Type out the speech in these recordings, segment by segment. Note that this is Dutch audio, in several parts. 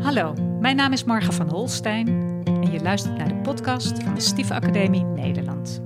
Hallo, mijn naam is Marga van Holstein en je luistert naar de podcast van de Stiefacademie Nederland.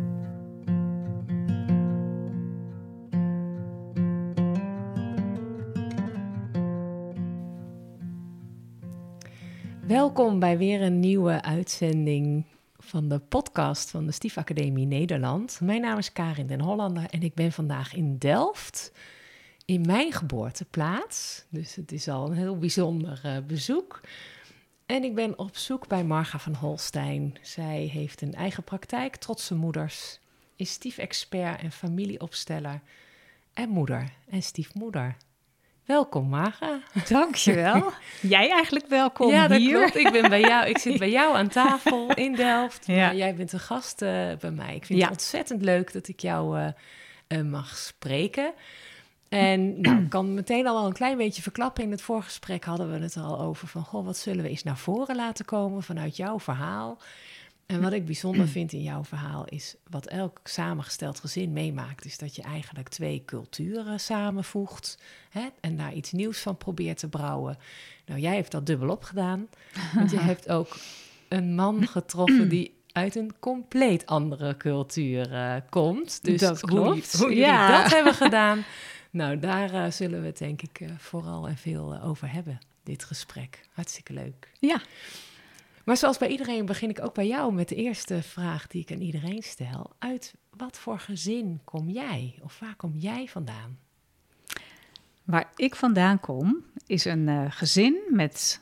Welkom bij weer een nieuwe uitzending van de podcast van de Stiefacademie Nederland. Mijn naam is Karin den Hollander en ik ben vandaag in Delft, in mijn geboorteplaats. Dus het is al een heel bijzonder bezoek. En ik ben op zoek bij Marga van Holstein. Zij heeft een eigen praktijk, Trotse Moeders, is stiefexpert en familieopsteller en moeder en stiefmoeder. Welkom, Marga. Dankjewel. Jij eigenlijk welkom ja, dat hier. klopt. Ik ben bij jou. Ik zit bij jou aan tafel in Delft. Ja. Maar jij bent een gast bij mij. Ik vind het ontzettend leuk dat ik jou mag spreken. En nou, ik kan meteen al wel een klein beetje verklappen. In het voorgesprek hadden we het al over van, goh, wat zullen we eens naar voren laten komen vanuit jouw verhaal? En wat ik bijzonder vind in jouw verhaal is wat elk samengesteld gezin meemaakt, is dat je eigenlijk twee culturen samenvoegt, hè, en daar iets nieuws van probeert te brouwen. Nou, jij hebt dat dubbelop gedaan, want je hebt ook een man getroffen die uit een compleet andere cultuur komt. Dus dat klopt. Hoe jullie dat hebben gedaan, nou, daar zullen we het denk ik vooral en veel over hebben, dit gesprek. Hartstikke leuk. Ja. Maar zoals bij iedereen begin ik ook bij jou met de eerste vraag die ik aan iedereen stel. Uit wat voor gezin kom jij? Of waar kom jij vandaan? Waar ik vandaan kom is een gezin met...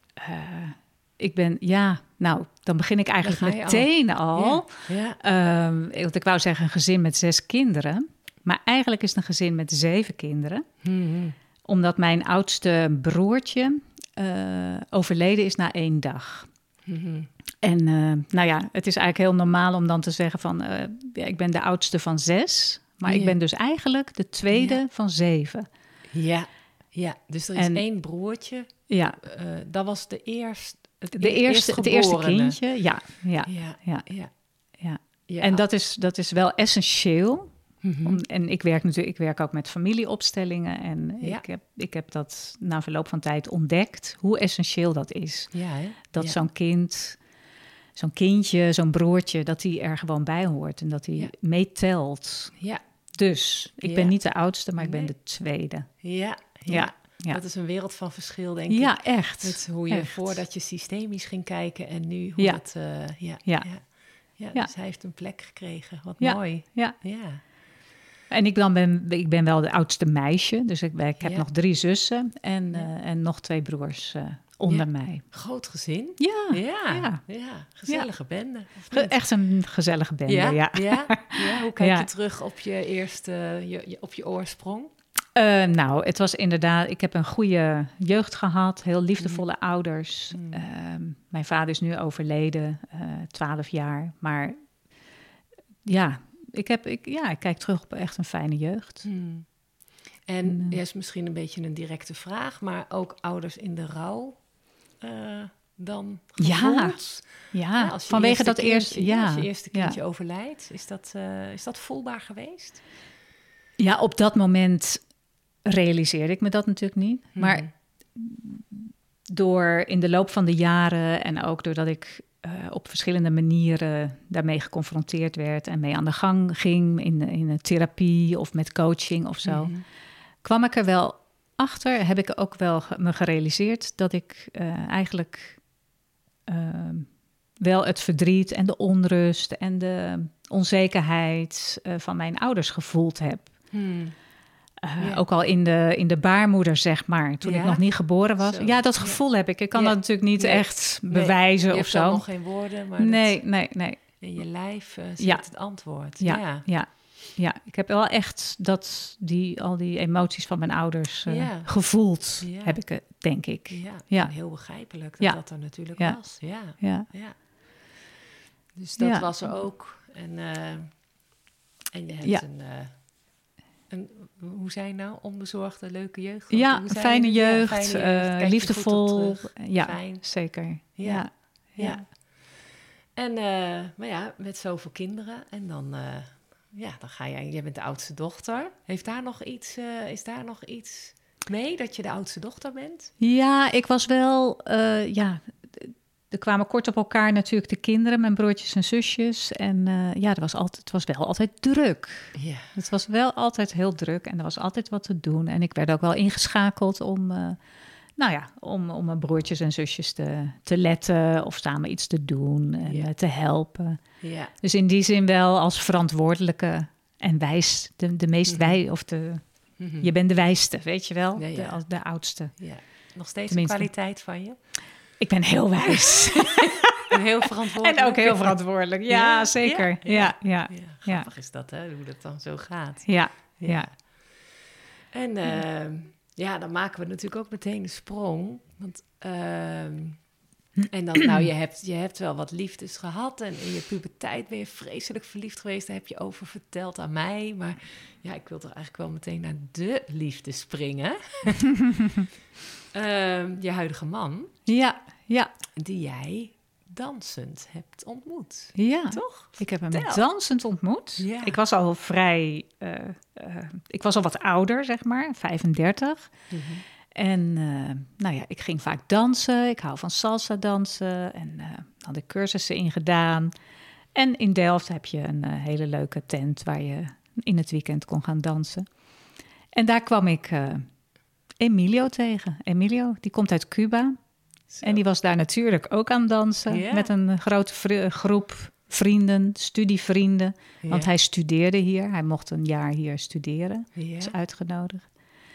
dan begin ik eigenlijk meteen al. Ja. Want ik wou zeggen een gezin met 6 kinderen. Maar eigenlijk is het een gezin met 7 kinderen. Mm-hmm. Omdat mijn oudste broertje overleden is na 1 dag. Mm-hmm. En het is eigenlijk heel normaal om dan te zeggen van... ik ben de oudste van 6, maar ik ben dus eigenlijk de tweede van 7. Ja, dus er is 1 broertje. Ja. Dat was de eerste... Het eerste kindje, ja. En dat is wel essentieel. Mm-hmm. En ik werk ook met familieopstellingen. En ik heb dat na verloop van tijd ontdekt, hoe essentieel dat is. Ja, hè? Dat zo'n kindje, zo'n broertje, dat hij er gewoon bij hoort. En dat hij meetelt. Ja. Dus ik ben niet de oudste, maar ik ben de tweede. Ja. Dat is een wereld van verschil, denk ik. Ja, echt. Met hoe je voordat je systemisch ging kijken en nu hoe het... Dus hij heeft een plek gekregen. Wat mooi. Ja. En ik ben wel de oudste meisje. Dus ik heb nog 3 zussen en nog 2 broers onder mij. Groot gezin. Ja. Gezellige bende. Echt een gezellige bende, ja. Hoe kijk je terug op je eerste, op je oorsprong? Het was inderdaad... Ik heb een goede jeugd gehad, heel liefdevolle ouders. Mijn vader is nu overleden, 12 jaar. Maar ik kijk terug op echt een fijne jeugd. En is misschien een beetje een directe vraag, maar ook ouders in de rouw dan gevoeld? Ja, als je vanwege dat eerste... Als je eerste kindje overlijdt, is dat voelbaar geweest? Ja, op dat moment realiseerde ik me dat natuurlijk niet. Maar door in de loop van de jaren en ook doordat ik op verschillende manieren daarmee geconfronteerd werd en mee aan de gang ging in een therapie of met coaching of zo, kwam ik er wel achter, heb ik ook wel me gerealiseerd dat ik eigenlijk wel het verdriet en de onrust en de onzekerheid van mijn ouders gevoeld heb. Ook al in de baarmoeder, zeg maar, toen ik nog niet geboren was. Zo. Ja, dat gevoel heb ik. Ik kan dat natuurlijk niet echt bewijzen of zo. Je hebt nog geen woorden, maar nee. in je lijf zit het antwoord. Ja, ik heb wel echt al die emoties van mijn ouders gevoeld, heb ik het, denk ik. Ja. Heel begrijpelijk dat dat er natuurlijk was. Ja. Dus dat was er ook. En je hebt hoe zei je nou? Onbezorgde, leuke jeugd? Een fijne jeugd, liefdevol. Fijn. Zeker. Ja. En met zoveel kinderen. En dan ga jij bent de oudste dochter. Is daar nog iets mee dat je de oudste dochter bent? Ja, ik was wel... er kwamen kort op elkaar natuurlijk de kinderen, mijn broertjes en zusjes. En het was wel altijd druk. Ja. Het was wel altijd heel druk en er was altijd wat te doen. En ik werd ook wel ingeschakeld om mijn broertjes en zusjes te letten of samen iets te doen en te helpen. Ja. Dus in die zin wel als verantwoordelijke en wijs, de meest wij of de... Mm-hmm. Je bent de wijste, weet je wel, Ja. de oudste. Ja. Nog steeds Tenminste. een kwaliteit van je? Ik ben heel wijs. En heel verantwoordelijk. En ook heel verantwoordelijk, ja, zeker. Ja. Grappig is dat, hè, hoe dat dan zo gaat. Ja. En dan maken we natuurlijk ook meteen een sprong. Want, en dan, je hebt wel wat liefdes gehad. En in je puberteit ben je vreselijk verliefd geweest. Daar heb je over verteld aan mij. Maar ja, ik wil toch eigenlijk wel meteen naar de liefde springen. Je huidige man. Ja. Die jij dansend hebt ontmoet. Ja, toch? Ik heb hem Vertel. dansend ontmoet. Ja. Ik was al vrij... ik was al wat ouder, zeg maar, 35. Mm-hmm. En ik ging vaak dansen. Ik hou van salsa dansen. En had ik cursussen in gedaan. En in Delft heb je een hele leuke tent waar je in het weekend kon gaan dansen. En daar kwam ik Emilio tegen. Emilio, die komt uit Cuba. Zo. En die was daar natuurlijk ook aan dansen. Ja. Met een grote groep vrienden, studievrienden. Ja. Want hij studeerde hier. Hij mocht een jaar hier studeren. Ja. Is uitgenodigd.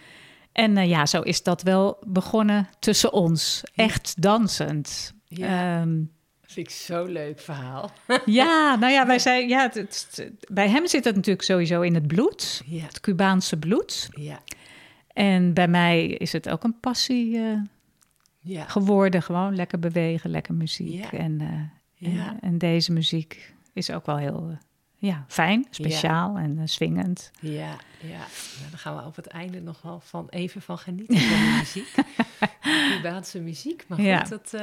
En zo is dat wel begonnen tussen ons. Echt dansend. Ja. Vind ik zo'n leuk verhaal. Wij zijn... bij hem zit het natuurlijk sowieso in het bloed. Ja. Het Cubaanse bloed. Ja. En bij mij is het ook een passie geworden. Gewoon lekker bewegen, lekker muziek. Ja. En deze muziek is ook wel heel fijn, speciaal en swingend. Ja. Nou, dan gaan we op het einde nog wel even van genieten van de muziek. Cubaanse muziek, maar goed,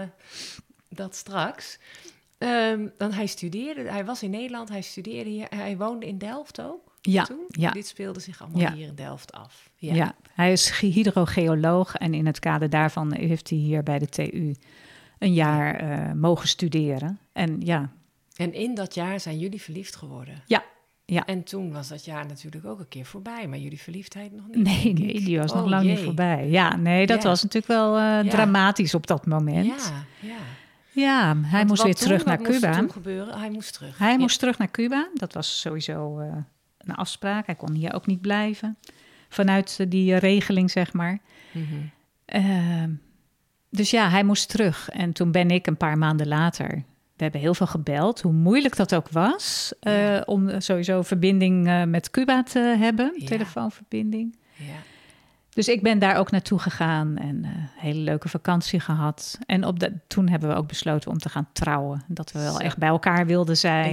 dat straks. Dan hij was in Nederland, hij studeerde hier, hij woonde in Delft ook. Toen? Dit speelde zich allemaal hier in Delft af. Ja, hij is hydrogeoloog en in het kader daarvan heeft hij hier bij de TU een jaar mogen studeren. En in dat jaar zijn jullie verliefd geworden? Ja. En toen was dat jaar natuurlijk ook een keer voorbij, maar jullie verliefdheid nog niet? Nee, die was nog lang niet voorbij. Dat was natuurlijk wel dramatisch op dat moment. Ja, hij moest weer terug naar Cuba. Wat moest toen gebeuren? Hij moest terug. Hij moest terug naar Cuba. Dat was sowieso een afspraak. Hij kon hier ook niet blijven. Vanuit die regeling, zeg maar. Mm-hmm. Dus hij moest terug. En toen ben ik een paar maanden later... We hebben heel veel gebeld, hoe moeilijk dat ook was... om sowieso verbinding met Cuba te hebben. Telefoonverbinding. Ja. Dus ik ben daar ook naartoe gegaan en een hele leuke vakantie gehad. En toen hebben we ook besloten om te gaan trouwen. Dat we wel echt bij elkaar wilden zijn.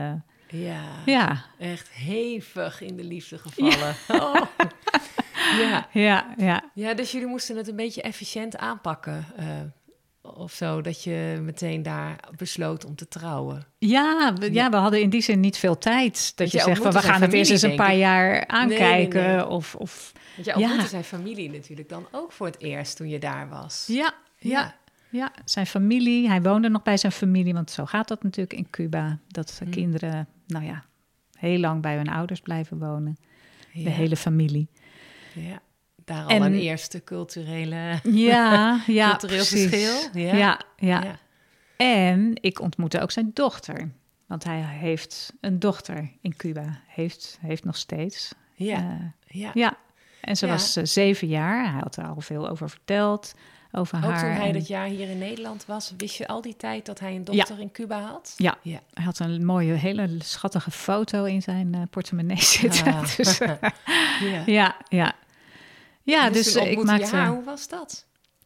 Ja. Echt hevig in de liefde gevallen. Ja, dus jullie moesten het een beetje efficiënt aanpakken of zo, dat je meteen daar besloot om te trouwen. We hadden in die zin niet veel tijd. Dat je zegt van, we gaan het eerst eens een paar jaar aankijken. Nee. Of Want je ontmoette zijn familie natuurlijk dan ook voor het eerst toen je daar was. Ja, zijn familie. Hij woonde nog bij zijn familie, want zo gaat dat natuurlijk in Cuba. Dat kinderen, heel lang bij hun ouders blijven wonen. De hele familie. Ja. Daar al een eerste cultureel verschil. Ja. En ik ontmoette ook zijn dochter. Want hij heeft een dochter in Cuba. Heeft nog steeds. En ze was 7 jaar. Hij had er al veel over verteld. Over haar. Ook toen hij dat jaar hier in Nederland was, wist je al die tijd dat hij een dochter in Cuba had? Ja. Hij had een mooie, hele schattige foto in zijn portemonnee zitten. Dus, dus ik maakte... Hoe was dat?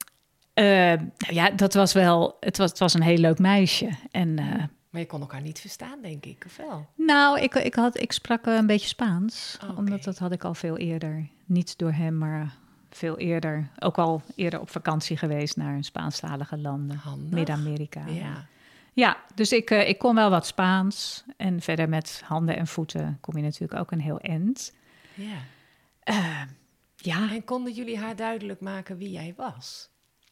Dat was wel... Het was een heel leuk meisje. Maar je kon elkaar niet verstaan, denk ik, of wel? Nou, ik sprak een beetje Spaans. Okay. Omdat dat had ik al veel eerder. Niet door hem, maar veel eerder. Ook al eerder op vakantie geweest naar Spaanstalige landen. Handig. Midden-Amerika. Ja, dus ik kon wel wat Spaans. En verder met handen en voeten kom je natuurlijk ook een heel eind. Ja. En konden jullie haar duidelijk maken wie jij was?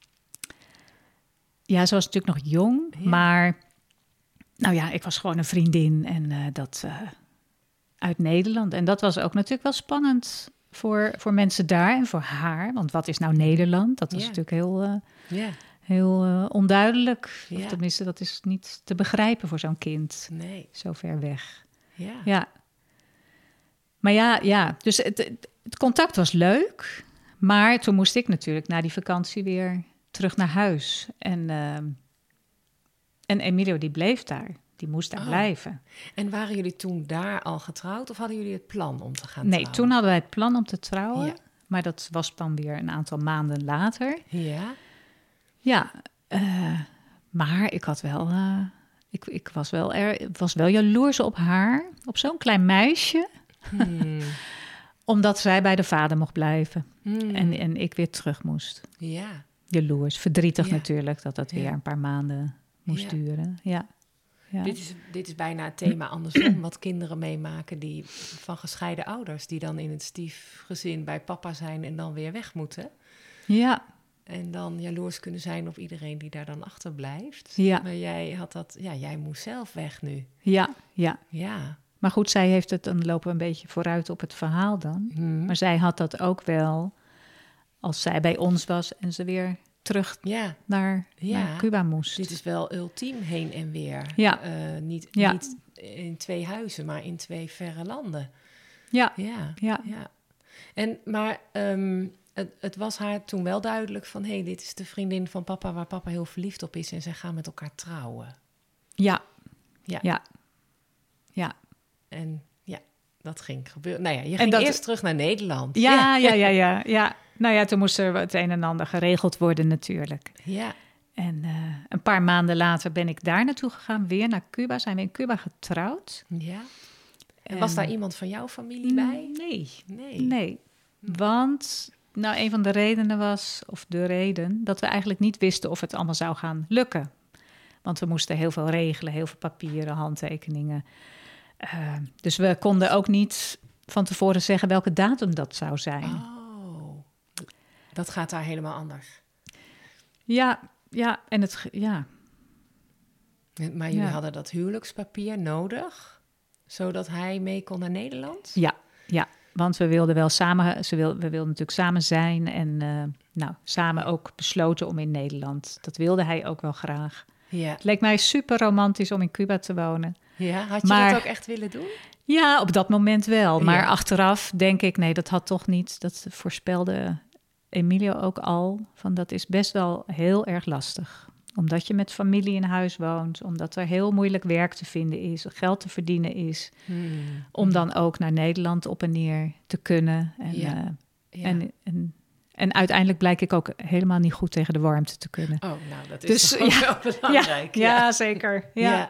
Ja, ze was natuurlijk nog jong, maar nou ja, ik was gewoon een vriendin en dat uit Nederland. En dat was ook natuurlijk wel spannend voor mensen daar en voor haar. Want wat is nou Nederland? Dat was natuurlijk heel onduidelijk. Ja. Of tenminste, dat is niet te begrijpen voor zo'n kind. Nee. Zo ver weg. Ja. Maar ja. Dus het contact was leuk. Maar toen moest ik natuurlijk na die vakantie weer terug naar huis. En Emilio die bleef daar. Die moest daar blijven. En waren jullie toen daar al getrouwd of hadden jullie het plan om te gaan trouwen? Nee, toen hadden wij het plan om te trouwen. Ja. Maar dat was dan weer een aantal maanden later. Ja. Ja, maar ik had wel... Ik was wel jaloers op haar. Op zo'n klein meisje. Omdat zij bij de vader mocht blijven. En ik weer terug moest. Ja. Jaloers. Verdrietig natuurlijk dat weer een paar maanden moest duren. Ja. Dit is bijna het thema andersom. Wat kinderen meemaken die van gescheiden ouders. Die dan in het stiefgezin bij papa zijn en dan weer weg moeten. Ja. En dan jaloers kunnen zijn op iedereen die daar dan achterblijft. Ja. Maar jij had dat... Ja, jij moest zelf weg nu. Ja. Ja. Maar goed, zij heeft het... Dan lopen we een beetje vooruit op het verhaal dan. Maar zij had dat ook wel... Als zij bij ons was en ze weer terug naar Cuba moest. Dit is wel ultiem heen en weer. Ja. Niet in 2 huizen, maar in 2 verre landen. Ja. Maar het was haar toen wel duidelijk van... Hé, dit is de vriendin van papa waar papa heel verliefd op is... en zij gaan met elkaar trouwen. Ja. En dat ging gebeuren. Nou ja, je ging eerst terug naar Nederland. Ja. Nou ja, toen moest er het een en ander geregeld worden natuurlijk. Ja. En een paar maanden later ben ik daar naartoe gegaan, weer naar Cuba. Zijn we in Cuba getrouwd. Ja. En was daar iemand van jouw familie bij? Nee. Want een van de redenen was, of de reden... dat we eigenlijk niet wisten of het allemaal zou gaan lukken. Want we moesten heel veel regelen, heel veel papieren, handtekeningen... dus we konden ook niet van tevoren zeggen welke datum dat zou zijn. Oh, dat gaat daar helemaal anders. Ja. Maar jullie hadden dat huwelijkspapier nodig, zodat hij mee kon naar Nederland? Ja, want we wilden wel samen, we wilden natuurlijk samen zijn en samen ook besloten om in Nederland. Dat wilde hij ook wel graag. Ja. Het leek mij super romantisch om in Cuba te wonen. Ja, had je dat ook echt willen doen? Ja, op dat moment wel. Maar achteraf denk ik, nee, dat had toch niet. Dat voorspelde Emilio ook al. Van dat is best wel heel erg lastig. Omdat je met familie in huis woont. Omdat er heel moeilijk werk te vinden is. Geld te verdienen is. Om dan ook naar Nederland op en neer te kunnen. En uiteindelijk blijk ik ook helemaal niet goed tegen de warmte te kunnen. Oh, nou, dat is dus, wel belangrijk. Ja, zeker.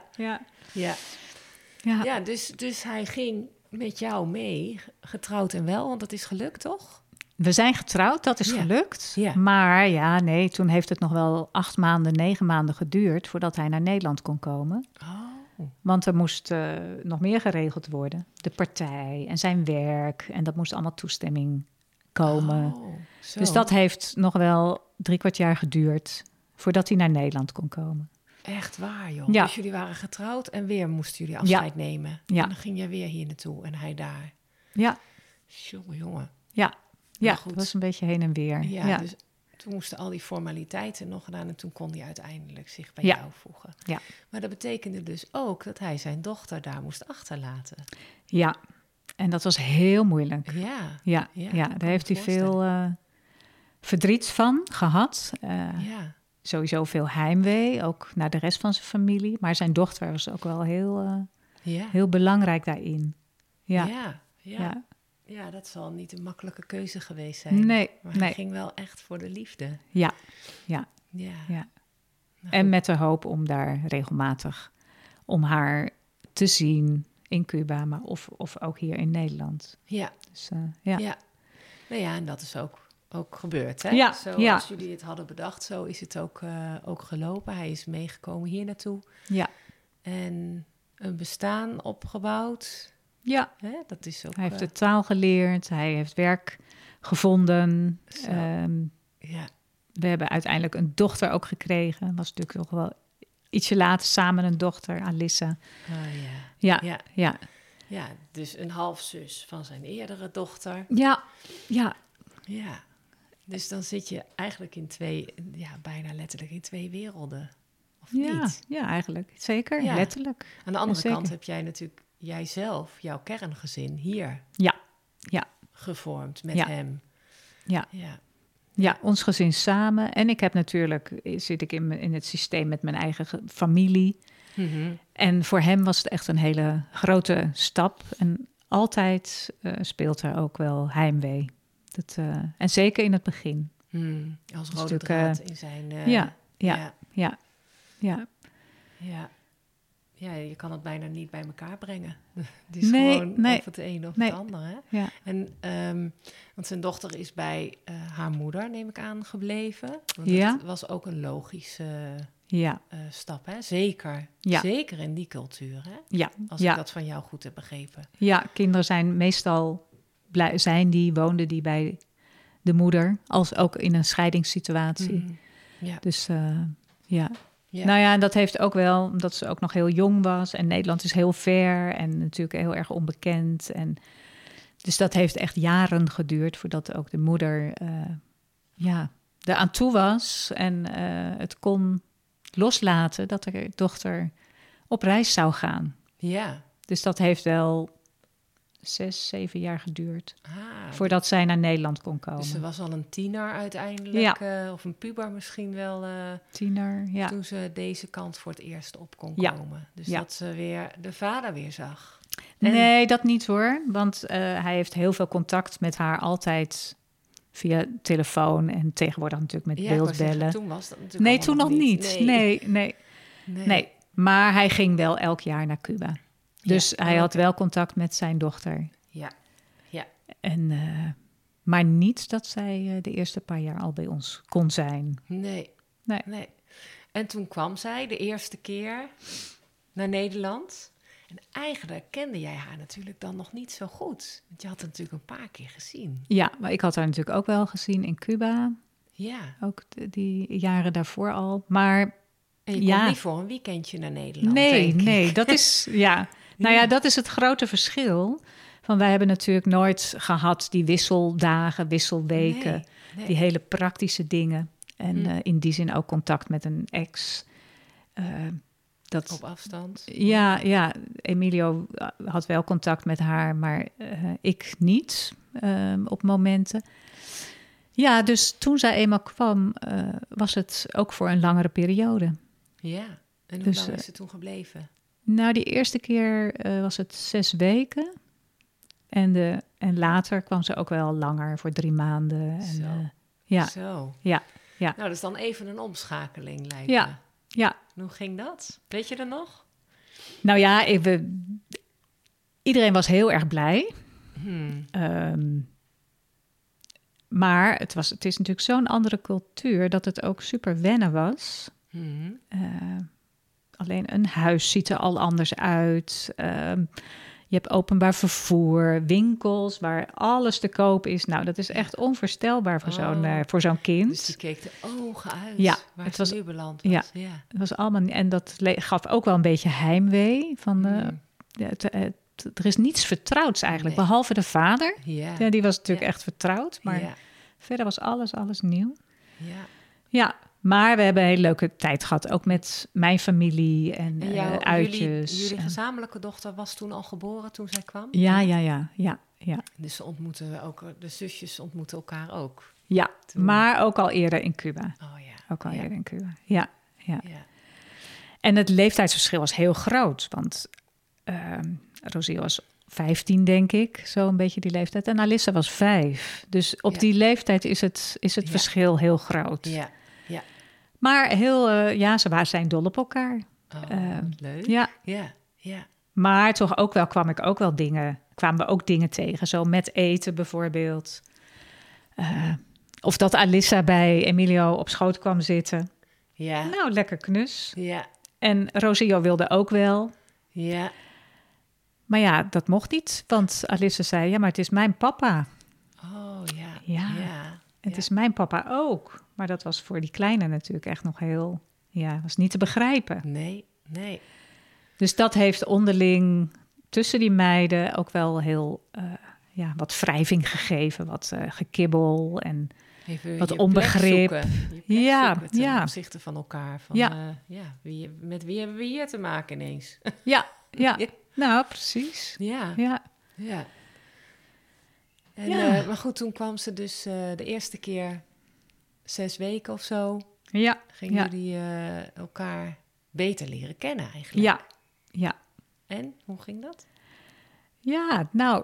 Ja, dus hij ging met jou mee, getrouwd en wel, want dat is gelukt, toch? We zijn getrouwd, dat is gelukt. Ja. Maar toen heeft het nog wel 8 maanden, 9 maanden geduurd... voordat hij naar Nederland kon komen. Oh. Want er moest nog meer geregeld worden. De partij en zijn werk. En dat moest allemaal toestemming komen. Dus dat heeft nog wel 3/4 jaar geduurd... voordat hij naar Nederland kon komen. Echt waar, joh. Ja. Dus jullie waren getrouwd en weer moesten jullie afscheid nemen. Ja. En dan ging jij weer hier naartoe en hij daar. Ja. Jongen. Ja, het was een beetje heen en weer. Ja, dus toen moesten al die formaliteiten nog gedaan... en toen kon hij uiteindelijk zich bij jou voegen. Ja. Maar dat betekende dus ook dat hij zijn dochter daar moest achterlaten. Ja, en dat was heel moeilijk. Ja, daar heeft hij veel verdriet van gehad. Sowieso veel heimwee, ook naar de rest van zijn familie. Maar zijn dochter was ook wel heel belangrijk daarin. Ja, dat zal niet een makkelijke keuze geweest zijn. Nee. Hij ging wel echt voor de liefde. Ja. Nou, en met de hoop om daar regelmatig... om haar te zien in Cuba, maar of ook hier in Nederland. Ja. Dus, Nou ja, en dat is ook gebeurd, hè? Ja, Zoals jullie het hadden bedacht, zo is het ook gelopen. Hij is meegekomen hier naartoe. Ja. En een bestaan opgebouwd. Ja. Hè? Dat is ook, hij heeft de taal geleerd, hij heeft werk gevonden. Ja. We hebben uiteindelijk een dochter ook gekregen. Was natuurlijk nog wel ietsje later samen een dochter, Alissa. Ja. Ja. Dus een halfzus van zijn eerdere dochter. Ja. Ja. Dus dan zit je eigenlijk in bijna letterlijk in twee werelden. Of niet? Ja, eigenlijk. Zeker, Ja. letterlijk. Aan de andere kant heb jij natuurlijk jijzelf, jouw kerngezin hier gevormd met hem. Ja, ons gezin samen. En ik heb natuurlijk, zit ik in het systeem met mijn eigen familie. Mm-hmm. En voor hem was het echt een hele grote stap. En altijd speelt er ook wel heimwee. En zeker in het begin. Als rode draad in zijn... Ja, je kan het bijna niet bij elkaar brengen. Het is gewoon of het een of het ander. Hè? Ja. En, want zijn dochter is bij haar moeder, neem ik aan, gebleven. Want dat was ook een logische stap, hè? Zeker. Ja. Zeker in die cultuur, hè? Ja. Als ik dat van jou goed heb begrepen. Ja, kinderen zijn meestal woonden die bij de moeder, als ook in een scheidingssituatie. Mm-hmm. Ja. Dus ja. Nou ja, en dat heeft ook wel, omdat ze ook nog heel jong was. En Nederland is heel ver en natuurlijk heel erg onbekend. En dus dat heeft echt jaren geduurd voordat ook de moeder eraan toe was. En het kon loslaten dat de dochter op reis zou gaan. Ja. Dus dat heeft wel 6-7 jaar geduurd voordat zij naar Nederland kon komen. Dus ze was al een tiener uiteindelijk, of een puber misschien wel. Tiener, ja. Toen ze deze kant voor het eerst op kon komen. Dus dat ze weer de vader weer zag. Nee, dat niet hoor. Want hij heeft heel veel contact met haar altijd via telefoon en tegenwoordig natuurlijk met beeldbellen. Toen was dat natuurlijk Nee, toen nog niet. Nee. Maar hij ging wel elk jaar naar Cuba. Dus hij had wel contact met zijn dochter. Ja. En, maar niet dat zij de eerste paar jaar al bij ons kon zijn. Nee. En toen kwam zij de eerste keer naar Nederland. En eigenlijk kende jij haar natuurlijk dan nog niet zo goed. Want je had haar natuurlijk een paar keer gezien. Ja, maar ik had haar natuurlijk ook wel gezien in Cuba. Ja. Ook die jaren daarvoor al. Maar en je komt niet voor een weekendje naar Nederland. Nee, dat is... Nou ja, dat is het grote verschil. Wij hebben natuurlijk nooit gehad die wisseldagen, wisselweken. Nee. Die hele praktische dingen. En in die zin ook contact met een ex. Op afstand? Ja, Emilio had wel contact met haar, maar ik niet op momenten. Ja, dus toen zij eenmaal kwam, was het ook voor een langere periode. Ja, en hoe lang is ze toen gebleven? Nou, die eerste keer was het 6 weken. En later kwam ze ook wel langer, voor 3 maanden. En, Zo. Ja. Nou, dat is dan even een omschakeling, lijkt me. Ja. En hoe ging dat? Weet je dat nog? Nou ja, iedereen was heel erg blij. Maar het is natuurlijk zo'n andere cultuur dat het ook super wennen was. Alleen een huis ziet er al anders uit. Je hebt openbaar vervoer, winkels waar alles te koop is. Nou, dat is echt onvoorstelbaar voor zo'n kind. Dus die keek de ogen uit waar het ze nu beland was. Ja, het was allemaal... En dat gaf ook wel een beetje heimwee. Er is niets vertrouwds eigenlijk, behalve de vader. Ja, die was natuurlijk echt vertrouwd. Maar verder was alles nieuw. Ja. Maar we hebben een hele leuke tijd gehad. Ook met mijn familie en uitjes. Jullie gezamenlijke dochter was toen al geboren toen zij kwam? Ja. Dus de zusjes ontmoeten elkaar ook? Ja, toen. Maar ook al eerder in Cuba. Oh ja. Ook al eerder in Cuba, ja. En het leeftijdsverschil was heel groot. Want Rosie was 15, denk ik. Zo een beetje die leeftijd. En Alissa was 5. Dus op die leeftijd is het verschil heel groot. Ja. Maar ze zijn dol op elkaar. Leuk. Ja. Maar toch ook wel kwamen we ook dingen tegen. Zo met eten bijvoorbeeld. Of dat Alissa bij Emilio op schoot kwam zitten. Ja. Nou, lekker knus. Ja. En Rosio wilde ook wel. Ja. Maar ja, dat mocht niet. Want Alissa zei, maar het is mijn papa. Oh, ja. Ja. Het is mijn papa ook. Maar dat was voor die kleine natuurlijk echt nog heel... Ja, was niet te begrijpen. Nee. Dus dat heeft onderling tussen die meiden ook wel heel... wat wrijving gegeven, wat gekibbel en even wat je onbegrip. Plek zoeken ten ja. opzichte van elkaar. Van, met wie hebben we hier te maken ineens? Ja. Nou, precies. Ja. En, maar goed, toen kwam ze dus de eerste keer 6 weken of zo. Ja. Gingen jullie elkaar beter leren kennen eigenlijk? Ja. En, hoe ging dat? Ja, nou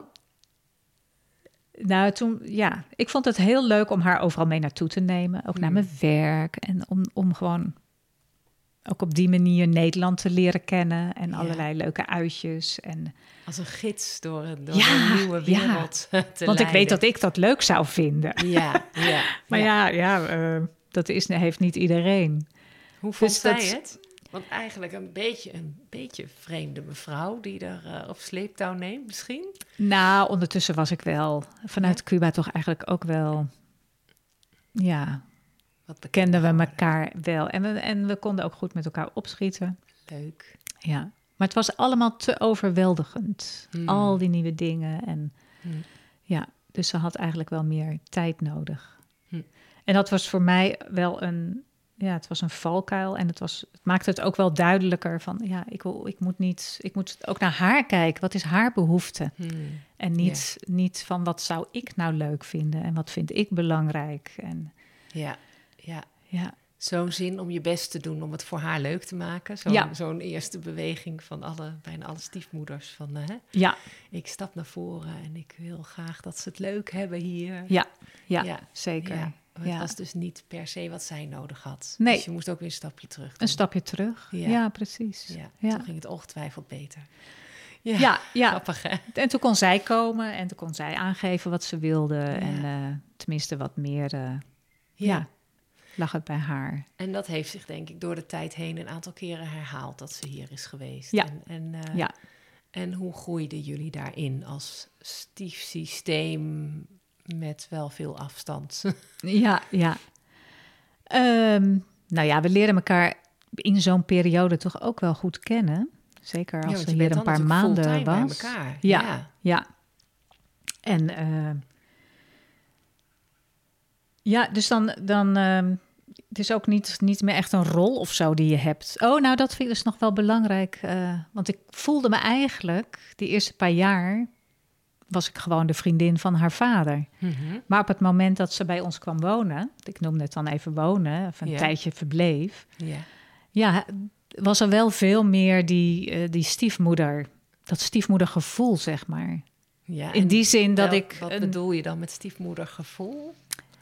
toen, ik vond het heel leuk om haar overal mee naartoe te nemen. Ook naar mijn werk. En om gewoon ook op die manier Nederland te leren kennen. En allerlei leuke uitjes. En als een gids door een nieuwe wereld te leiden. Want ik weet dat ik dat leuk zou vinden. Ja. Maar dat heeft niet iedereen. Hoe vond zij het? Want eigenlijk een beetje vreemde mevrouw die er op sleeptouw neemt misschien. Nou, ondertussen was ik wel vanuit Cuba toch eigenlijk ook wel... Ja, kenden we elkaar wel. En we konden ook goed met elkaar opschieten. Leuk. Ja, maar het was allemaal te overweldigend. Al die nieuwe dingen. En dus ze had eigenlijk wel meer tijd nodig. En dat was voor mij wel het was een valkuil en het maakte het ook wel duidelijker van, ik moet ook naar haar kijken. Wat is haar behoefte? En niet van wat zou ik nou leuk vinden en wat vind ik belangrijk. En, ja. Zo'n zin om je best te doen om het voor haar leuk te maken. Zo'n eerste beweging van bijna alle stiefmoeders. Van, ik stap naar voren en ik wil graag dat ze het leuk hebben hier. Ja, zeker. Ja. Het was dus niet per se wat zij nodig had. Nee. Dus je moest ook weer een stapje terug doen. Een stapje terug, ja precies. Toen ging het ongetwijfeld beter. Ja. Grappig, hè? En toen kon zij komen en toen kon zij aangeven wat ze wilde. En tenminste wat meer lag het bij haar. En dat heeft zich denk ik door de tijd heen een aantal keren herhaald dat ze hier is geweest. Ja. En hoe groeiden jullie daarin als stiefsysteem met wel veel afstand? Ja. We leren elkaar in zo'n periode toch ook wel goed kennen. Zeker als ze hier een paar maanden was. Bij elkaar. Ja. En dus dan het is ook niet meer echt een rol of zo die je hebt. Oh, nou, dat vind ik dus nog wel belangrijk. Want ik voelde me eigenlijk, die eerste paar jaar, was ik gewoon de vriendin van haar vader. Mm-hmm. Maar op het moment dat ze bij ons kwam wonen, ik noemde het dan even wonen, of een tijdje verbleef, was er wel veel meer die stiefmoeder, dat stiefmoedergevoel, zeg maar. Ja, in die zin dat ik... Wat bedoel je dan met stiefmoedergevoel?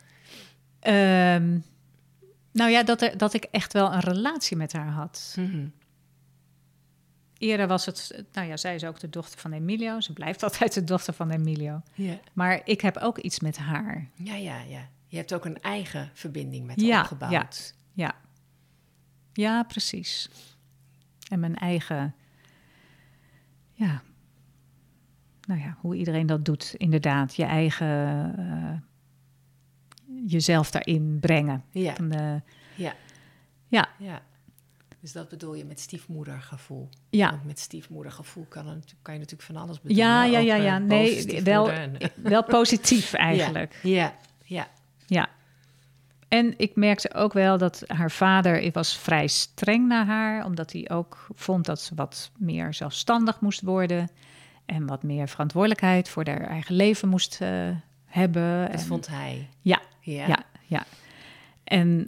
Dat ik echt wel een relatie met haar had. Mm-hmm. Eerder was het... zij is ook de dochter van Emilio. Ze blijft altijd de dochter van Emilio. Yeah. Maar ik heb ook iets met haar. Ja. Je hebt ook een eigen verbinding met haar opgebouwd. Ja, precies. En mijn eigen... hoe iedereen dat doet, inderdaad. Je eigen... jezelf daarin brengen. Ja. Dus dat bedoel je met stiefmoedergevoel. Ja. Want met stiefmoedergevoel kan je natuurlijk van alles bedoelen. Ja. Nee, wel positief eigenlijk. Ja. En ik merkte ook wel dat haar vader was vrij streng naar haar, omdat hij ook vond dat ze wat meer zelfstandig moest worden en wat meer verantwoordelijkheid voor haar eigen leven moest hebben. Dat vond hij. Ja. En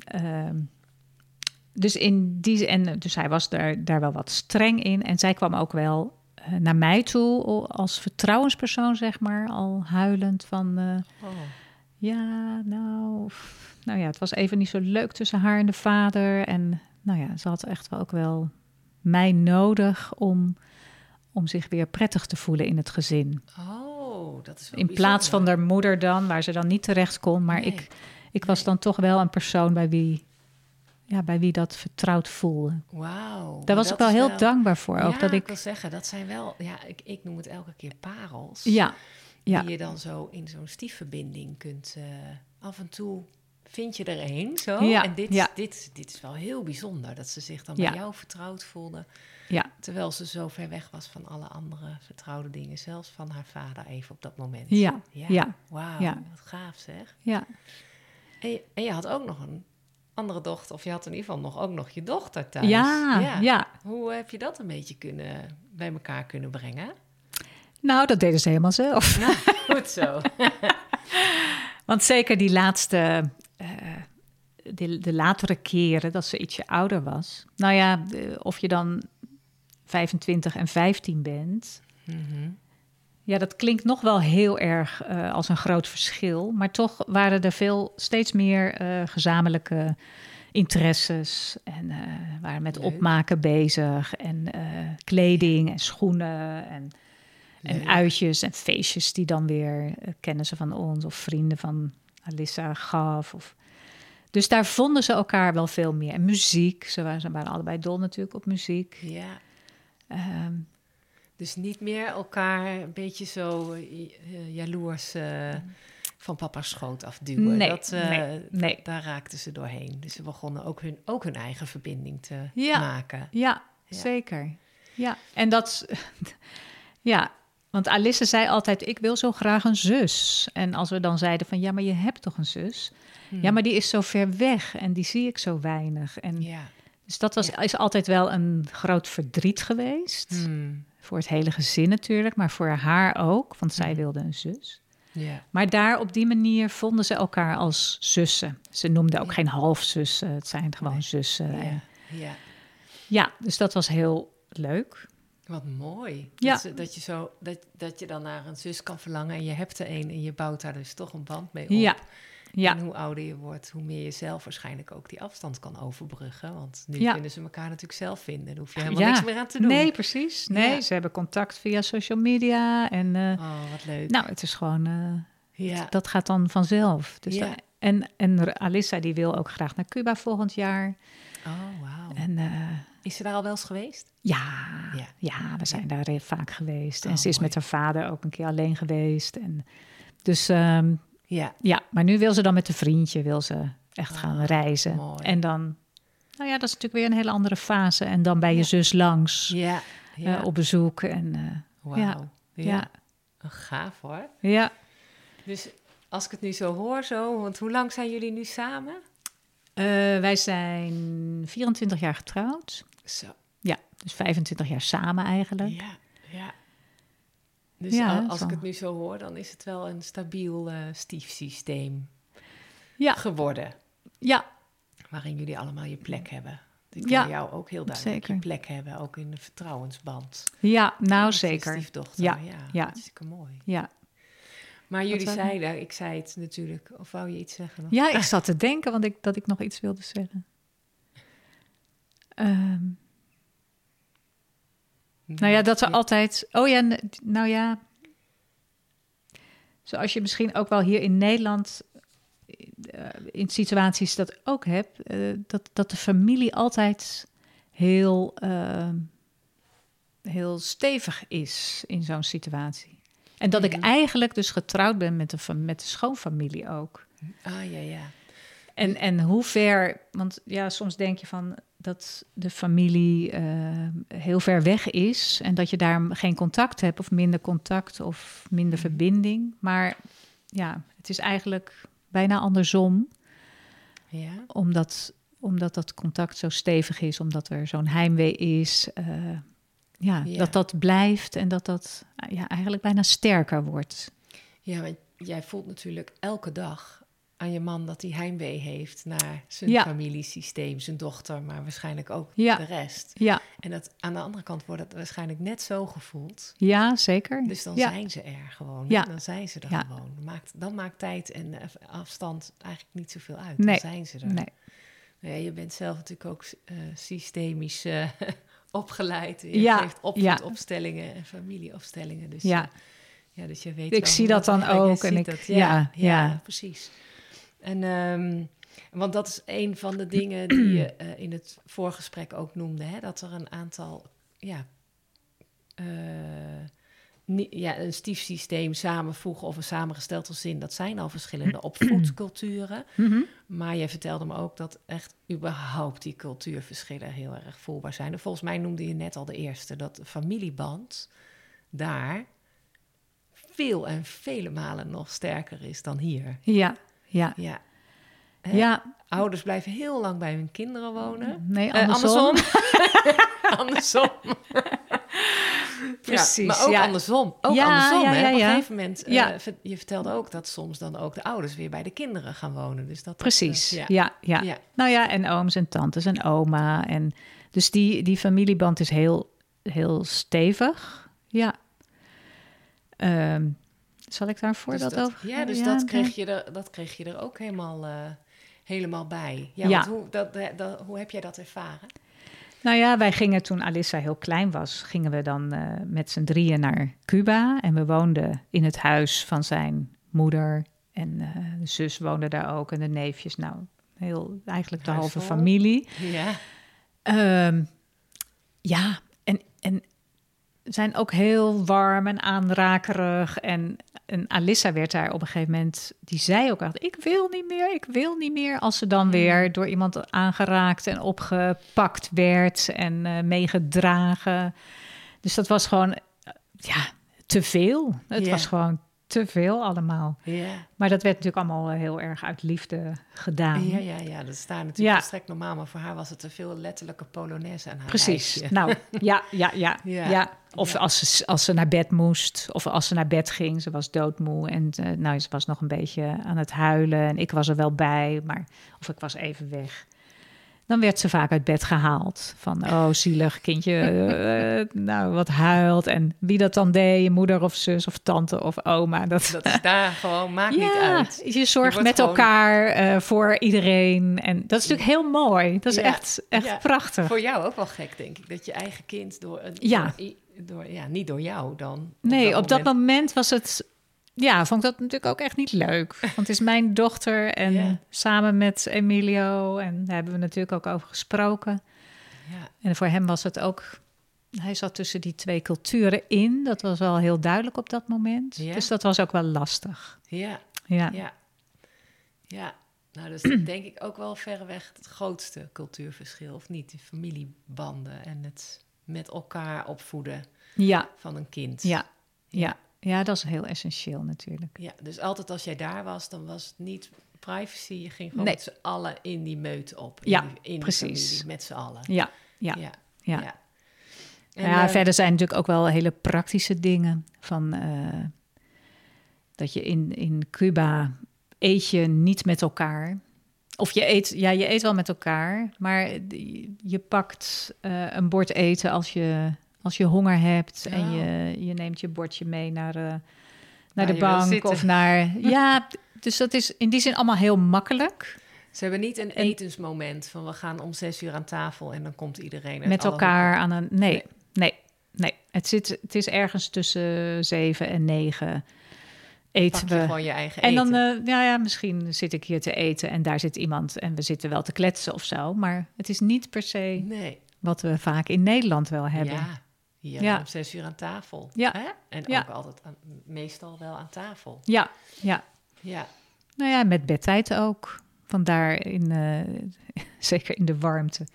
dus hij was daar wel wat streng in. En zij kwam ook wel naar mij toe als vertrouwenspersoon, zeg maar, al huilend van... het was even niet zo leuk tussen haar en de vader. En ze had echt wel ook wel mij nodig om zich weer prettig te voelen in het gezin. Oh, dat is wel in plaats van haar moeder dan, waar ze dan niet terecht kon. Maar ik was dan toch wel een persoon bij wie dat vertrouwd voelde. Wauw. Daar was ik wel heel dankbaar voor. Ook, ik wil zeggen, dat zijn wel... Ja, ik noem het elke keer parels. Ja. Ja. Die je dan zo in zo'n stiefverbinding kunt... af en toe vind je er een zo. Ja. En Ja. dit is wel heel bijzonder. Dat ze zich dan Ja. bij jou vertrouwd voelde. Ja. Terwijl ze zo ver weg was van alle andere vertrouwde dingen. Zelfs van haar vader even op dat moment. Ja. Ja. Ja. Wauw, Ja. wat gaaf zeg. Ja. En je had ook nog een andere dochter. Of je had in ieder geval ook nog je dochter thuis. Ja. Ja. Hoe heb je dat een beetje bij elkaar kunnen brengen? Nou, dat deden ze helemaal zelf. Nou, goed zo. Want zeker die laatste, de latere keren dat ze ietsje ouder was. Nou ja, of je dan 25 en 15 bent. Mm-hmm. Ja, dat klinkt nog wel heel erg als een groot verschil. Maar toch waren er steeds meer gezamenlijke interesses. En waren met Leuk. opmaken bezig. En kleding en schoenen en uitjes en feestjes die dan weer kennissen van ons of vrienden van Alissa gaf. Dus daar vonden ze elkaar wel veel meer. En muziek, ze waren allebei dol natuurlijk op muziek. Ja. Um, Dus niet meer elkaar een beetje zo jaloers van papa's schoot afduwen. Nee, nee. Daar raakten ze doorheen. Dus ze begonnen ook hun eigen verbinding te maken. Ja, zeker. Ja, en dat... ja, want Alissa zei altijd, ik wil zo graag een zus. En als we dan zeiden van, ja, maar je hebt toch een zus? Ja, maar die is zo ver weg en die zie ik zo weinig. En dus dat is altijd wel een groot verdriet geweest. Voor het hele gezin natuurlijk, maar voor haar ook. Want zij wilde een zus. Ja. Maar daar op die manier vonden ze elkaar als zussen. Ze noemden ook geen halfzussen. Het zijn gewoon zussen. Ja, dus dat was heel leuk. Wat mooi. Ja. Dat je dan naar een zus kan verlangen en je hebt er een en je bouwt daar dus toch een band mee op. Ja. En hoe ouder je wordt, hoe meer je zelf waarschijnlijk ook die afstand kan overbruggen. Want nu kunnen ze elkaar natuurlijk zelf vinden. Daar hoef je helemaal niks meer aan te doen. Nee, precies. Nee, ze hebben contact via social media. En, wat leuk. Nou, het is gewoon... dat gaat dan vanzelf. Dus en Alissa die wil ook graag naar Cuba volgend jaar. Oh, wauw. En, is ze daar al wel eens geweest? Ja, we zijn daar vaak geweest. En ze is met haar vader ook een keer alleen geweest. En, dus maar nu wil ze dan met een vriendje echt gaan reizen. Mooi. En dan, nou ja, dat is natuurlijk weer een hele andere fase. En dan bij je zus langs op bezoek. En, wauw. Ja. Gaaf hoor. Ja. Dus als ik het nu zo hoor, want hoe lang zijn jullie nu samen? Wij zijn 24 jaar getrouwd. Zo. Ja, dus 25 jaar samen eigenlijk. Ja. Dus als ik het nu zo hoor, dan is het wel een stabiel stiefsysteem geworden. Ja. Waarin jullie allemaal je plek hebben. Die kan jou ook heel duidelijk je plek hebben, ook in de vertrouwensband. Ja, nou zeker. Stiefdochter, ja. Hartstikke mooi. Ja. Maar jullie zeiden, ik zei het natuurlijk, of wou je iets zeggen nog? Ja, ik zat te denken, dat ik nog iets wilde zeggen. Nou ja, dat er altijd... Oh ja, nou ja... Zoals je misschien ook wel hier in Nederland... in situaties dat ook hebt... dat de familie altijd heel stevig is in zo'n situatie. En dat ik eigenlijk dus getrouwd ben met de schoonfamilie ook. Ja. En hoe ver... Want ja, soms denk je van... dat de familie heel ver weg is... en dat je daar geen contact hebt... of minder contact of minder verbinding. Maar ja, het is eigenlijk bijna andersom. Ja. Omdat dat contact zo stevig is... omdat er zo'n heimwee is... dat blijft en dat eigenlijk bijna sterker wordt. Ja, want jij voelt natuurlijk elke dag... aan je man dat hij heimwee heeft naar zijn familiesysteem, zijn dochter, maar waarschijnlijk ook de rest. Ja. En dat aan de andere kant wordt het waarschijnlijk net zo gevoeld. Ja, zeker. Dus dan zijn ze er gewoon. Ja. Dan zijn ze er gewoon. Dan maakt tijd en afstand eigenlijk niet zoveel uit. Dan zijn ze er. Nee. Ja, je bent zelf natuurlijk ook systemisch opgeleid. Je geeft opvoedopstellingen en familieopstellingen. Dus, dus je weet ik zie dat dan ook. En precies. En want dat is een van de dingen die je in het voorgesprek ook noemde. Hè? Dat er een aantal een stiefsysteem samenvoegen of een samengesteld gezin, dat zijn al verschillende opvoedculturen. Mm-hmm. Maar je vertelde me ook dat echt überhaupt die cultuurverschillen heel erg voelbaar zijn. En volgens mij noemde je net al de eerste, dat de familieband daar veel en vele malen nog sterker is dan hier. Ja. Ouders blijven heel lang bij hun kinderen wonen. Nee, andersom. Andersom. Precies. Maar ook andersom. Hè? Op een gegeven moment, je vertelde ook dat soms dan ook de ouders weer bij de kinderen gaan wonen. Dus dat precies, ja. Nou ja, en ooms en tantes en oma. En dus die familieband is heel, heel stevig. Ja. Zal ik daar een voorbeeld over? Ja, dus dat kreeg je er ook helemaal bij. Ja. Want hoe heb jij dat ervaren? Nou ja, wij gingen toen Alissa heel klein was, gingen we dan met z'n drieën naar Cuba. En we woonden in het huis van zijn moeder. En de zus woonde daar ook en de neefjes. Nou, eigenlijk de halve familie. Ja. En zijn ook heel warm en aanrakerig. En Alissa werd daar op een gegeven moment... Die zei ook altijd, ik wil niet meer. Als ze dan weer door iemand aangeraakt en opgepakt werd en meegedragen. Dus dat was gewoon, te veel. Het was gewoon te veel allemaal. Yeah. Maar dat werd natuurlijk allemaal heel erg uit liefde gedaan. Ja. Dat is daar natuurlijk volstrekt normaal. Maar voor haar was het te veel letterlijke polonaise aan haar Precies. lijstje. Nou, ja. Of als ze naar bed moest. Of als ze naar bed ging. Ze was doodmoe. En ze was nog een beetje aan het huilen. En ik was er wel bij. Of ik was even weg. Dan werd ze vaak uit bed gehaald. Van, zielig kindje, wat huilt. En wie dat dan deed, je moeder of zus of tante of oma. Dat is daar gewoon, maakt niet uit. Je zorgt met elkaar voor iedereen. En dat is natuurlijk heel mooi. Dat is echt prachtig. Voor jou ook wel gek, denk ik. Dat je eigen kind niet door jou dan. Op dat moment was het... Ja, vond ik dat natuurlijk ook echt niet leuk. Want het is mijn dochter en samen met Emilio. En daar hebben we natuurlijk ook over gesproken. Ja. En voor hem was het ook... Hij zat tussen die twee culturen in. Dat was wel heel duidelijk op dat moment. Ja. Dus dat was ook wel lastig. Ja. Nou, dus denk ik ook wel verreweg het grootste cultuurverschil. Of niet? Die familiebanden en het met elkaar opvoeden van een kind. Ja, dat is heel essentieel natuurlijk. Ja, dus altijd als jij daar was, dan was het niet privacy. Je ging gewoon met z'n allen in die meute op. In precies. De familie, met z'n allen. Ja. En, verder zijn natuurlijk ook wel hele praktische dingen. Van dat je in Cuba eet je niet met elkaar. Of je eet wel met elkaar. Maar je pakt een bord eten als je honger hebt en je neemt je bordje mee naar de bank of naar... Ja, dus dat is in die zin allemaal heel makkelijk. Ze hebben niet een etensmoment van we gaan om 6 uur aan tafel en dan komt iedereen... Met elkaar aan een... Nee. Het is ergens tussen 7 en 9 eten Pak je gewoon je eigen eten. En dan, misschien zit ik hier te eten en daar zit iemand en we zitten wel te kletsen of zo. Maar het is niet per se wat we vaak in Nederland wel hebben. Hier om 6 uur aan tafel. Ja. Hè? En ook altijd meestal wel aan tafel. Ja. Nou ja, met bedtijd ook. Vandaar zeker in de warmte.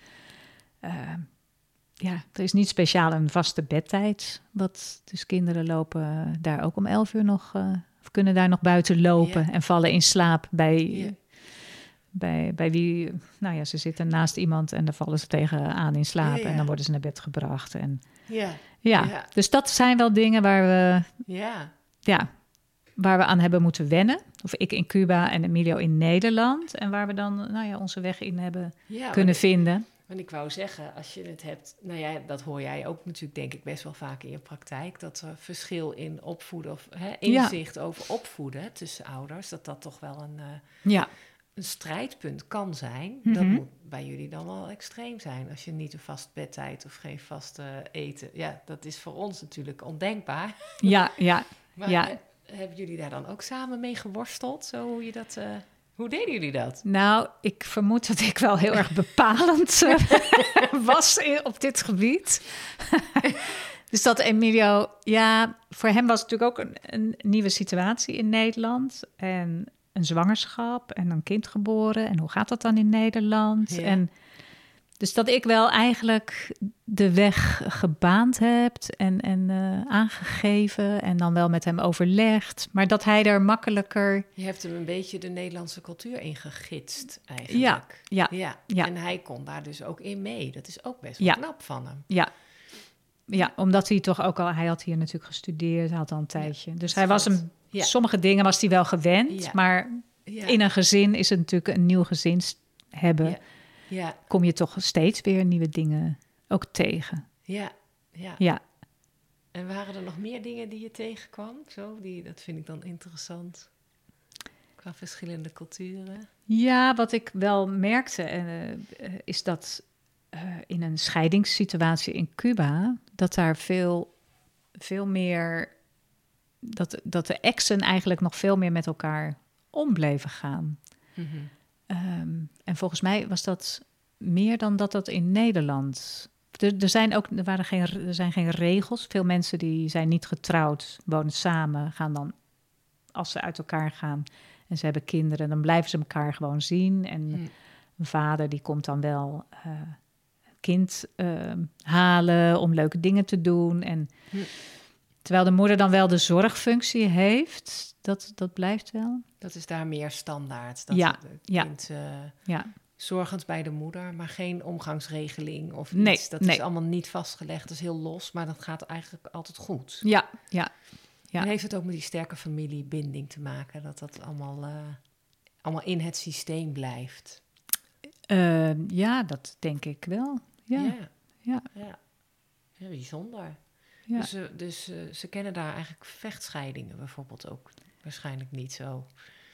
Er is niet speciaal een vaste bedtijd. Dus kinderen lopen daar ook om 11 uur nog... of kunnen daar nog buiten lopen en vallen in slaap bij wie... Nou ja, ze zitten naast iemand en dan vallen ze tegenaan in slaap. En dan worden ze naar bed gebracht. En, dus dat zijn wel dingen waar we aan hebben moeten wennen. Of ik in Cuba en Emilio in Nederland. En waar we dan onze weg in hebben kunnen vinden. En ik wou zeggen, als je het hebt... Nou ja, dat hoor jij ook natuurlijk, denk ik, best wel vaak in je praktijk. Dat er verschil in opvoeden of inzicht over opvoeden tussen ouders. Dat toch wel een strijdpunt kan zijn. Mm-hmm. Dat moet bij jullie dan wel extreem zijn. Als je niet een vast bedtijd of geen vaste eten... Ja, dat is voor ons natuurlijk ondenkbaar. Maar hebben jullie daar dan ook samen mee geworsteld? Zo hoe je dat... Hoe deden jullie dat? Nou, ik vermoed dat ik wel heel erg bepalend was op dit gebied. Dus dat Emilio, voor hem was het natuurlijk ook een nieuwe situatie in Nederland. En een zwangerschap en een kind geboren. En hoe gaat dat dan in Nederland? Ja. En dus dat ik wel eigenlijk de weg gebaand heb en aangegeven. En dan wel met hem overlegd. Maar dat hij er makkelijker... Je hebt hem een beetje de Nederlandse cultuur ingegidst eigenlijk. Ja. En hij kon daar dus ook in mee. Dat is ook best wel knap van hem. Ja, omdat hij toch ook al... Hij had hier natuurlijk gestudeerd, hij had al een tijdje. Dus hij was Ja. sommige dingen was hij wel gewend. Ja. Maar in een gezin is het natuurlijk een nieuw gezin hebben. Ja. Kom je toch steeds weer nieuwe dingen ook tegen. Ja. En waren er nog meer dingen die je tegenkwam? Dat vind ik dan interessant. Qua verschillende culturen. Ja, wat ik wel merkte is dat in een scheidingssituatie in Cuba... dat daar veel meer... Dat de exen eigenlijk nog veel meer met elkaar om bleven gaan. Mm-hmm. En volgens mij was dat meer dan dat in Nederland... Er zijn geen regels. Veel mensen die zijn niet getrouwd, wonen samen, gaan dan... als ze uit elkaar gaan en ze hebben kinderen... dan blijven ze elkaar gewoon zien. En een vader die komt dan wel een kind halen om leuke dingen te doen. En terwijl de moeder dan wel de zorgfunctie heeft, dat blijft wel. Dat is daar meer standaard. Dat het kind zorgend bij de moeder, maar geen omgangsregeling of iets. Nee, dat is allemaal niet vastgelegd. Dat is heel los, maar dat gaat eigenlijk altijd goed. Ja. En heeft het ook met die sterke familiebinding te maken? Dat allemaal in het systeem blijft? Ja, dat denk ik wel. Ja. Bijzonder. Ja. Dus ze kennen daar eigenlijk vechtscheidingen bijvoorbeeld ook waarschijnlijk niet zo.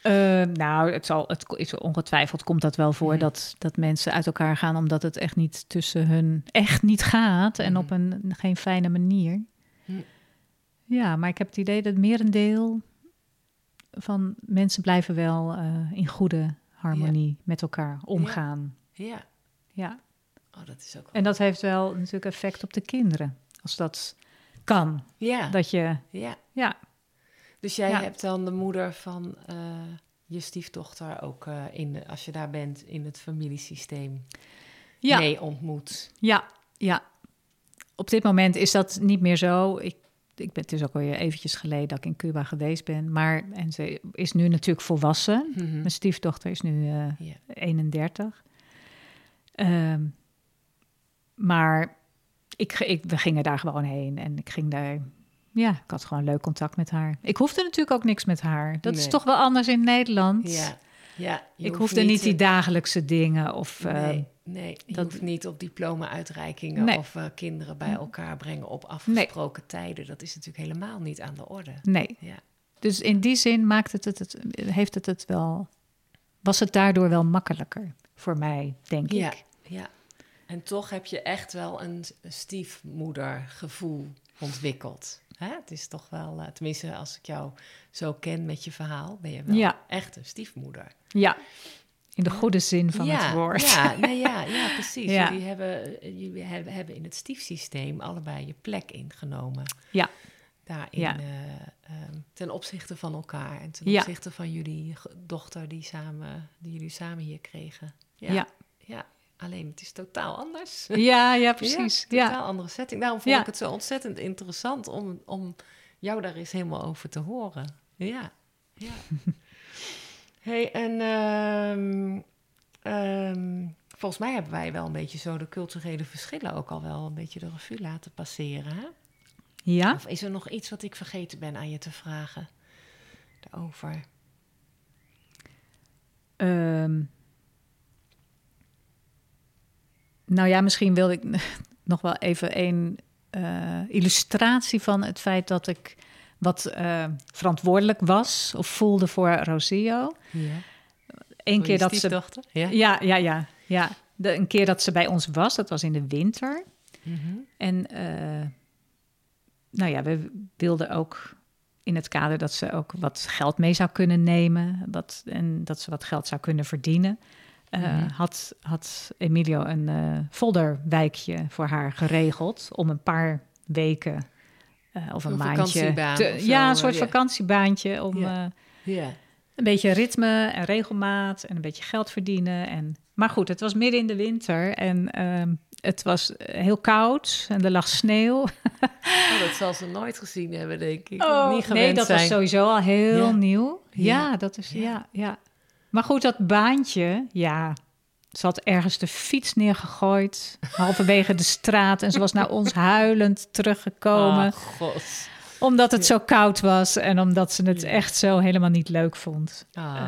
Ongetwijfeld komt dat wel voor dat mensen uit elkaar gaan... omdat het echt niet tussen hun echt niet gaat... en op geen fijne manier. Ja, maar ik heb het idee dat merendeel van mensen blijven wel in goede harmonie met elkaar omgaan. Ja. Oh, dat is ook wel... En dat heeft wel natuurlijk effect op de kinderen, als dat kan. Ja. Dat je... Ja. Dus jij hebt dan de moeder van je stiefdochter ook als je daar bent in het familiesysteem mee ontmoet. Ja. Op dit moment is dat niet meer zo. Het is ook alweer eventjes geleden dat ik in Cuba geweest ben. En ze is nu natuurlijk volwassen. Mm-hmm. Mijn stiefdochter is nu 31. Maar we gingen daar gewoon heen. En ik ging daar... Ja, ik had gewoon leuk contact met haar. Ik hoefde natuurlijk ook niks met haar. Dat is toch wel anders in Nederland. Ja. Ik hoefde niet die dagelijkse dingen. Of, nee, je hoeft niet op diploma-uitreikingen... of kinderen bij elkaar brengen op afgesproken tijden. Dat is natuurlijk helemaal niet aan de orde. Nee. Ja. Dus in die zin was het daardoor wel makkelijker voor mij, denk ik. Ja. En toch heb je echt wel een stiefmoedergevoel ontwikkeld. Hè? Het is toch wel, tenminste als ik jou zo ken met je verhaal... ben je wel echt een stiefmoeder. Ja, in de goede zin van het woord. Ja, precies. Ja. Jullie hebben in het stiefsysteem allebei je plek ingenomen. Ja. Daarin ten opzichte van elkaar... en ten opzichte van jullie dochter die jullie samen hier kregen. Ja. Alleen het is totaal anders. Ja, precies. Totaal andere setting. Daarom vond ik het zo ontzettend interessant om jou daar eens helemaal over te horen. Ja. Hey, en volgens mij hebben wij wel een beetje zo de culturele verschillen ook al wel een beetje de revue laten passeren. Hè? Ja. Of is er nog iets wat ik vergeten ben aan je te vragen daarover? Nou ja, misschien wilde ik nog wel even een illustratie van het feit dat ik wat verantwoordelijk was of voelde voor Rocio. Ja. Een keer dat ze... Ja. Ja. Een keer dat ze bij ons was, dat was in de winter. Mm-hmm. En we wilden ook in het kader dat ze ook wat geld mee zou kunnen nemen. En dat ze wat geld zou kunnen verdienen. Had Emilio een folderwijkje voor haar geregeld om een paar weken of een maandje. Vakantiebaan een soort vakantiebaantje om een beetje ritme en regelmaat en een beetje geld verdienen. Maar goed, het was midden in de winter en het was heel koud en er lag sneeuw. Dat zal ze nooit gezien hebben, denk ik. Niet gewend nee, dat zijn. was sowieso al heel nieuw. Ja, dat is, ja. Maar goed, dat baantje, ze had ergens de fiets neergegooid, halverwege de straat. En ze was naar ons huilend teruggekomen. Oh, god. Omdat het zo koud was en omdat ze het echt zo helemaal niet leuk vond.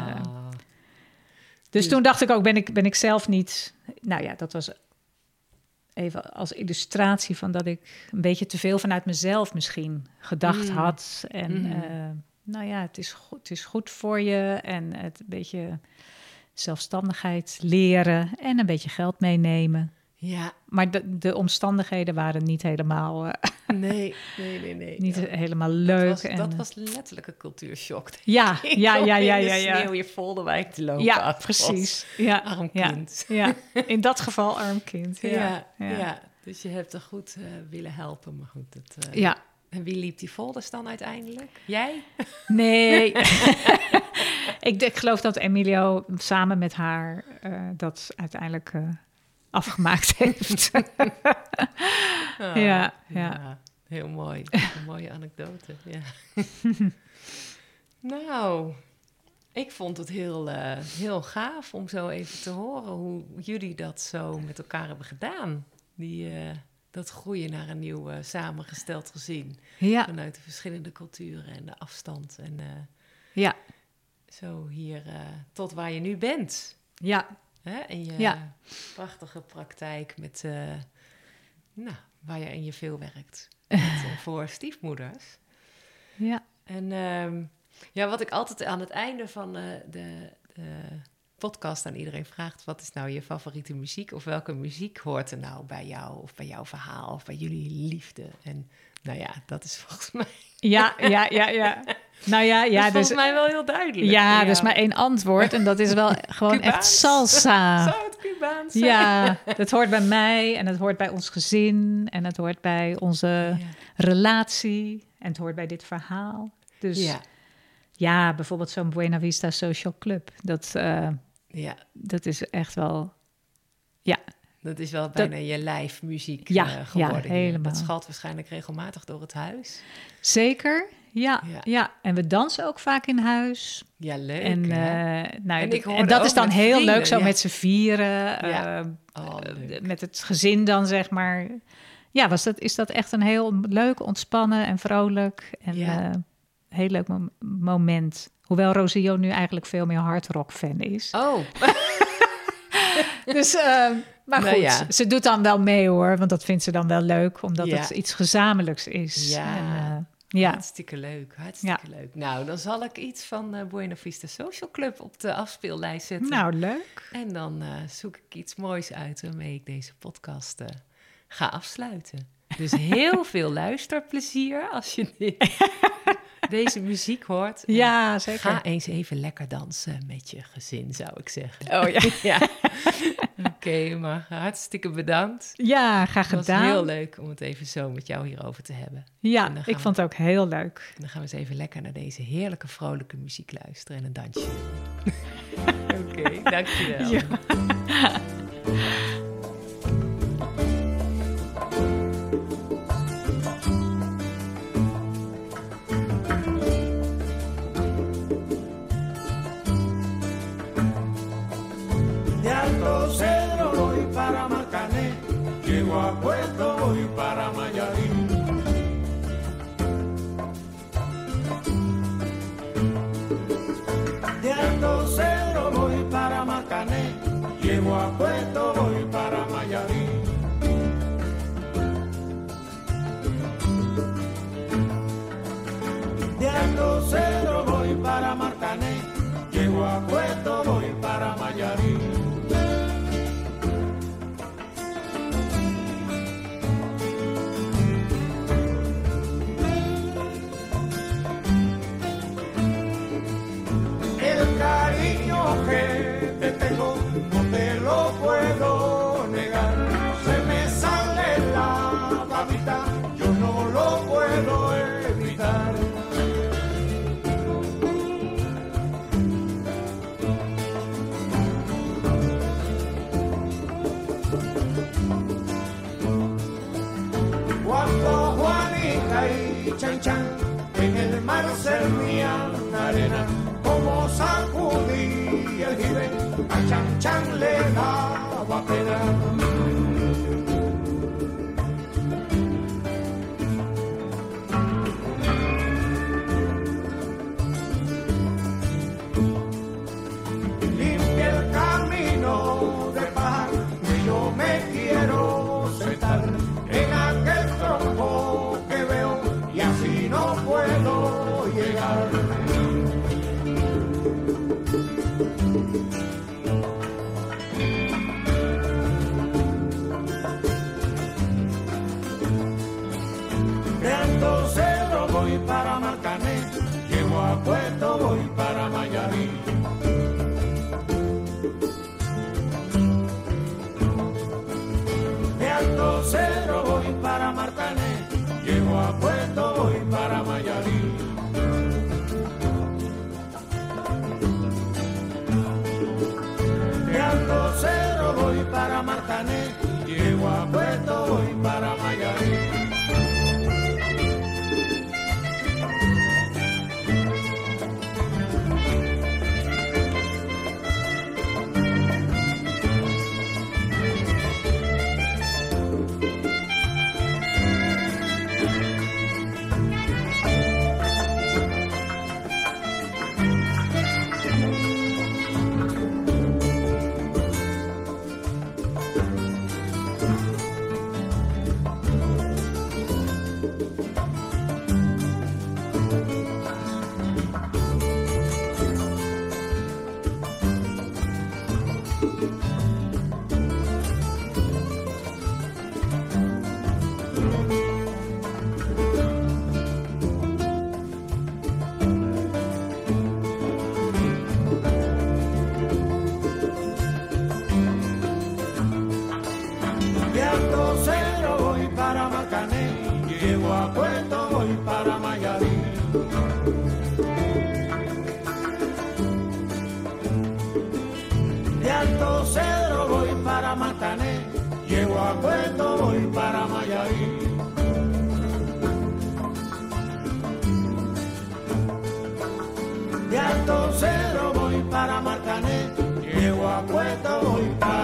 Dus toen dacht ik ook, ben ik zelf niet... Nou ja, dat was even als illustratie van dat ik een beetje te veel vanuit mezelf misschien gedacht had. En het is goed voor je en het een beetje zelfstandigheid leren en een beetje geld meenemen. Ja. Maar de omstandigheden waren niet helemaal... Nee. Niet helemaal leuk. Dat was letterlijk een cultuurshock. Ja. Sneeuw je Voldewijk te lopen. Ja, precies. Ja. Arm kind. Ja. In dat geval arm kind. Ja. Dus je hebt er goed willen helpen. Maar goed, En wie liep die folders dan uiteindelijk? Jij? Nee. Ik geloof dat Emilio samen met haar dat uiteindelijk... afgemaakt heeft. Ja. Heel mooi. Een mooie anekdote. Ja. Nou, ik vond het heel gaaf om zo even te horen hoe jullie dat zo met elkaar hebben gedaan. Dat groeien naar een nieuw samengesteld gezin. Ja. Vanuit de verschillende culturen en de afstand. En zo hier tot waar je nu bent. Ja. En je prachtige praktijk met, waar je in je veel werkt. Voor stiefmoeders. Ja. En wat ik altijd aan het einde van de podcast aan iedereen vraag... wat is nou je favoriete muziek? Of welke muziek hoort er nou bij jou? Of bij jouw verhaal? Of bij jullie liefde? En dat is volgens mij... Ja. Nou ja, dat is volgens mij wel heel duidelijk. Ja, er is maar één antwoord en dat is wel gewoon Cubaans. Echt salsa. Zou het Cubaans zijn? Ja, dat hoort bij mij en het hoort bij ons gezin en het hoort bij onze relatie en het hoort bij dit verhaal. Dus bijvoorbeeld zo'n Buena Vista Social Club, dat is echt wel, Dat is wel bijna je lijfmuziek geworden. Ja, helemaal. Dat schalt waarschijnlijk regelmatig door het huis. Zeker, ja. En we dansen ook vaak in huis. Ja, leuk. En dat is dan heel leuk, zo met z'n vieren. Met het gezin dan, zeg maar. Ja, is dat echt een heel leuk, ontspannen en vrolijk. En heel leuk moment. Hoewel Rosio nu eigenlijk veel meer hardrock fan is. Oh. Dus, maar goed, ze doet dan wel mee hoor, want dat vindt ze dan wel leuk, omdat het iets gezamenlijks is. Ja, hartstikke leuk, leuk. Nou, dan zal ik iets van Buena Vista Social Club op de afspeellijst zetten. Nou, leuk. En dan zoek ik iets moois uit waarmee ik deze podcast ga afsluiten. Dus heel veel luisterplezier als je deze muziek hoort. Ja, zeker. Ga eens even lekker dansen met je gezin, zou ik zeggen. Oh ja. Oké, maar hartstikke bedankt. Ja, graag gedaan. Het was heel leuk om het even zo met jou hierover te hebben. Ja, ik vond het ook heel leuk. Dan gaan we eens even lekker naar deze heerlijke, vrolijke muziek luisteren en een dansje. Oké, dankjewel. Ja. A Puerto voy para Mayarín. De Alto Cedro voy para Macané. Llego a Puerto voy para Mayarín. De Alto Cedro voy para Macané. Llego a Puerto voy para Mayarín. Que te tengo, no te lo puedo chan chan, en el mar servían arena, como sacudía el jibe, a chan chan le daba pena. En aquel tronco que veo y así no puedo llegar. De Alto Cedro voy para Marcané, llego a Puerto voy para Mayarí. Alto Cedro voy para Marcané, llego a Puerto voy para Mayarí. De Alto Cedro voy para Marcané, llego a Puerto voy para Mayarí. Llego a Puerto voy para Mayarí. De Alto Cedro voy para Marcané, llego a Puerto voy para Mayarí. De Alto Cedro voy para Marcané, llego a Puerto voy para